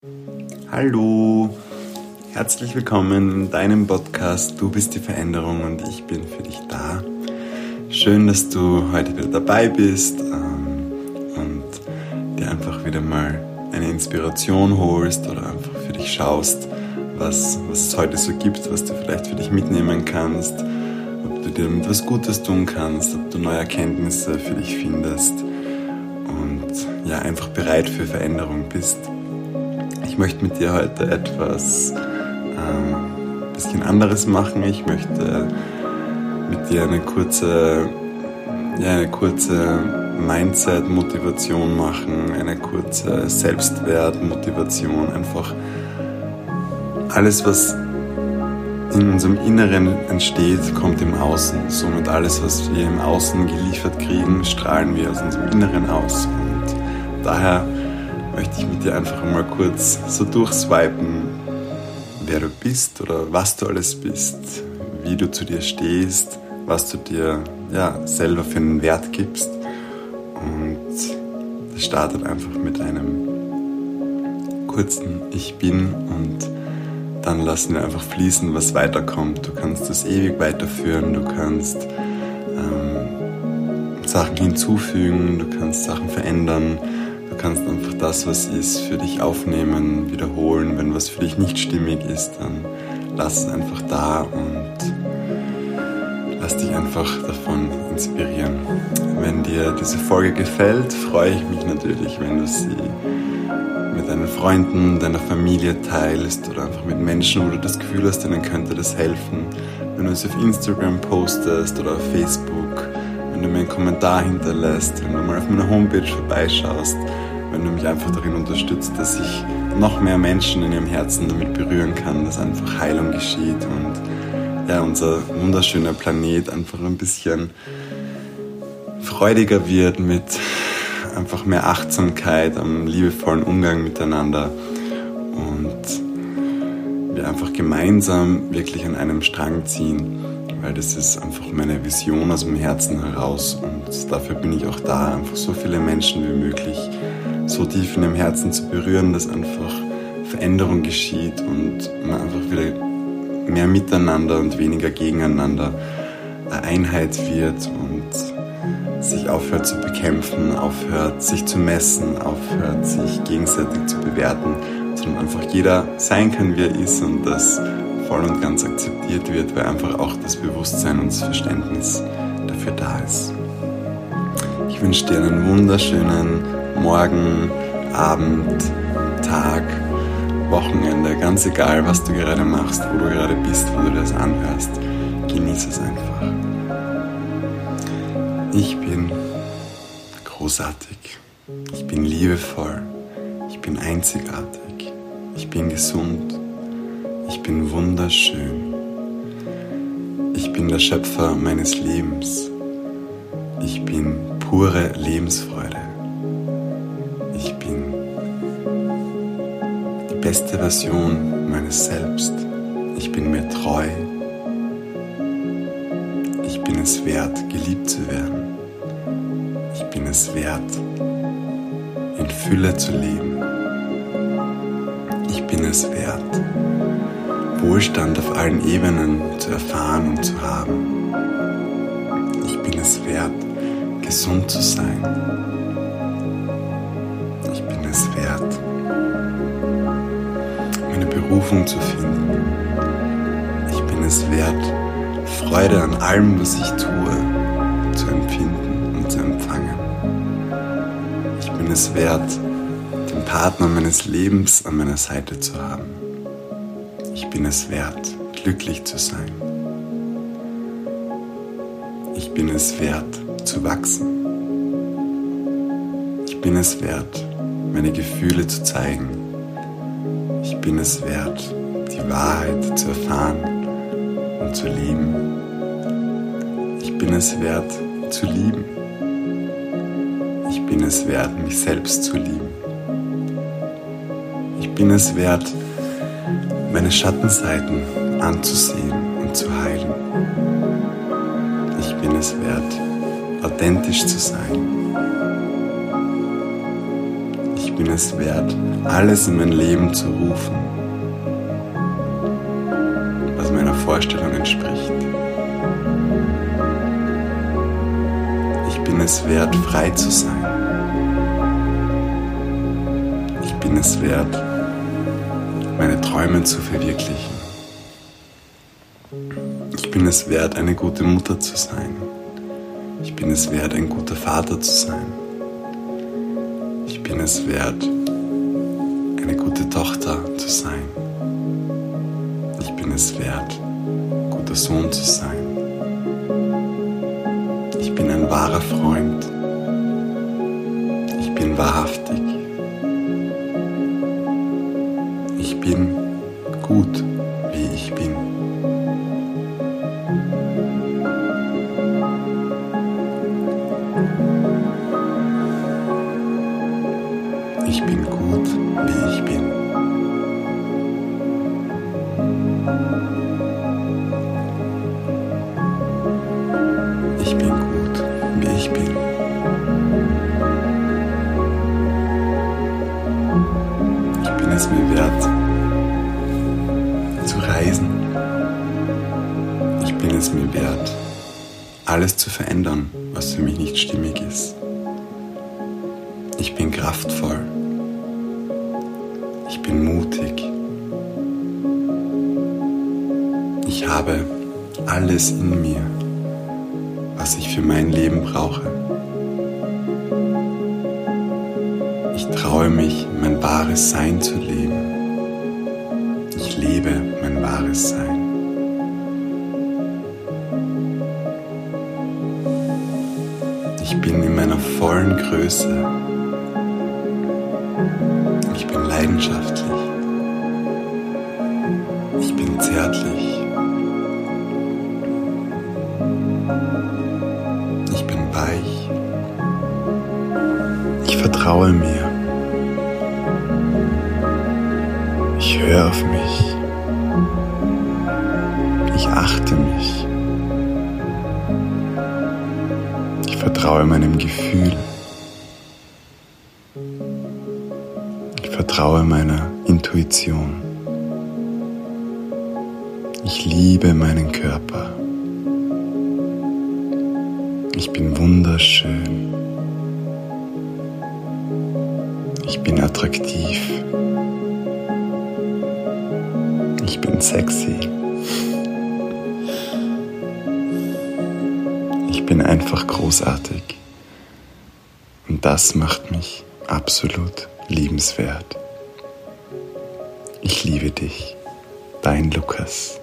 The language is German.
Hallo, herzlich willkommen in deinem Podcast Du bist die Veränderung und ich bin für dich da. Schön, dass du heute wieder dabei bist und dir einfach wieder mal eine Inspiration holst oder einfach für dich schaust, was es heute so gibt, was du vielleicht für dich mitnehmen kannst, ob du dir damit was Gutes tun kannst, ob du neue Erkenntnisse für dich findest und ja, einfach bereit für Veränderung bist. Ich möchte mit dir heute etwas bisschen anderes machen. Ich möchte mit dir eine kurze Mindset-Motivation machen, eine kurze Selbstwert-Motivation. Einfach alles, was in unserem Inneren entsteht, kommt im Außen. Somit alles, was wir im Außen geliefert kriegen, strahlen wir aus unserem Inneren aus. Und daher möchte ich mit dir einfach mal kurz so durchswipen, wer du bist oder was du alles bist, wie du zu dir stehst, was du dir selber für einen Wert gibst. Und das startet einfach mit einem kurzen Ich bin und dann lassen wir einfach fließen, was weiterkommt. Du kannst das ewig weiterführen, du kannst Sachen hinzufügen, du kannst Sachen verändern. Du kannst einfach das, was ist, für dich aufnehmen, wiederholen. Wenn was für dich nicht stimmig ist, dann lass es einfach da und lass dich einfach davon inspirieren. Wenn dir diese Folge gefällt, freue ich mich natürlich, wenn du sie mit deinen Freunden, deiner Familie teilst oder einfach mit Menschen, wo du das Gefühl hast, denen könnte das helfen. Wenn du es auf Instagram postest oder auf Facebook, wenn du mir einen Kommentar hinterlässt, wenn du mal auf meiner Homepage vorbeischaust, wenn du mich einfach darin unterstützt, dass ich noch mehr Menschen in ihrem Herzen damit berühren kann, dass einfach Heilung geschieht und unser wunderschöner Planet einfach ein bisschen freudiger wird mit einfach mehr Achtsamkeit am liebevollen Umgang miteinander und wir einfach gemeinsam wirklich an einem Strang ziehen, weil das ist einfach meine Vision aus dem Herzen heraus und dafür bin ich auch da, einfach so viele Menschen wie möglich so tief in dem Herzen zu berühren, dass einfach Veränderung geschieht und man einfach wieder mehr miteinander und weniger gegeneinander eine Einheit wird und sich aufhört zu bekämpfen, aufhört sich zu messen, aufhört sich gegenseitig zu bewerten, sondern einfach jeder sein kann, wie er ist und das voll und ganz akzeptiert wird, weil einfach auch das Bewusstsein und das Verständnis dafür da ist. Ich wünsche dir einen wunderschönen Morgen, Abend, Tag, Wochenende, ganz egal, was du gerade machst, wo du gerade bist, wo du das anhörst. Genieße es einfach. Ich bin großartig. Ich bin liebevoll. Ich bin einzigartig. Ich bin gesund. Ich bin wunderschön. Ich bin der Schöpfer meines Lebens. Ich bin pure Lebensfreude. Ich bin die beste Version meines Selbst. Ich bin mir treu. Ich bin es wert, geliebt zu werden. Ich bin es wert, in Fülle zu leben. Ich bin es wert, Wohlstand auf allen Ebenen zu erfahren und zu haben. Ich bin es wert, gesund zu sein. Ich bin es wert, meine Berufung zu finden. Ich bin es wert, Freude an allem, was ich tue, zu empfinden und zu empfangen. Ich bin es wert, den Partner meines Lebens an meiner Seite zu haben. Ich bin es wert, glücklich zu sein. Ich bin es wert, zu wachsen. Ich bin es wert, meine Gefühle zu zeigen. Ich bin es wert, die Wahrheit zu erfahren und zu leben. Ich bin es wert, zu lieben. Ich bin es wert, mich selbst zu lieben. Ich bin es wert, meine Schattenseiten anzusehen und zu heilen. Ich bin es wert, authentisch zu sein. Ich bin es wert, alles in mein Leben zu rufen, was meiner Vorstellung entspricht. Ich bin es wert, frei zu sein. Ich bin es wert, meine Träume zu verwirklichen. Ich bin es wert, eine gute Mutter zu sein. Ich bin es wert, ein guter Vater zu sein. Ich bin es wert, eine gute Tochter zu sein. Ich bin es wert, ein guter Sohn zu sein. Ich bin ein wahrer Freund. Ich bin wahrhaftig. Ich bin gut, wie ich bin. Ich bin gut, wie ich bin. Ich bin gut, wie ich bin. Ich bin es mir wert, zu reisen. Ich bin es mir wert, alles zu verändern, was für mich nicht stimmig ist. Ich bin kraftvoll. Ich bin mutig. Ich habe alles in mir, was ich für mein Leben brauche. Ich traue mich, mein wahres Sein zu leben. Ich lebe mein wahres Sein. Ich bin in meiner vollen Größe. Ich bin leidenschaftlich. Ich bin zärtlich. Ich bin weich. Ich vertraue mir. Ich höre auf mich. Ich achte mich. Ich vertraue meinem Gefühl. Ich vertraue meiner Intuition. Ich liebe meinen Körper. Ich bin wunderschön. Ich bin attraktiv. Ich bin sexy. Ich bin einfach großartig. Und das macht mich absolut liebenswert. Ich liebe dich, dein Lukas.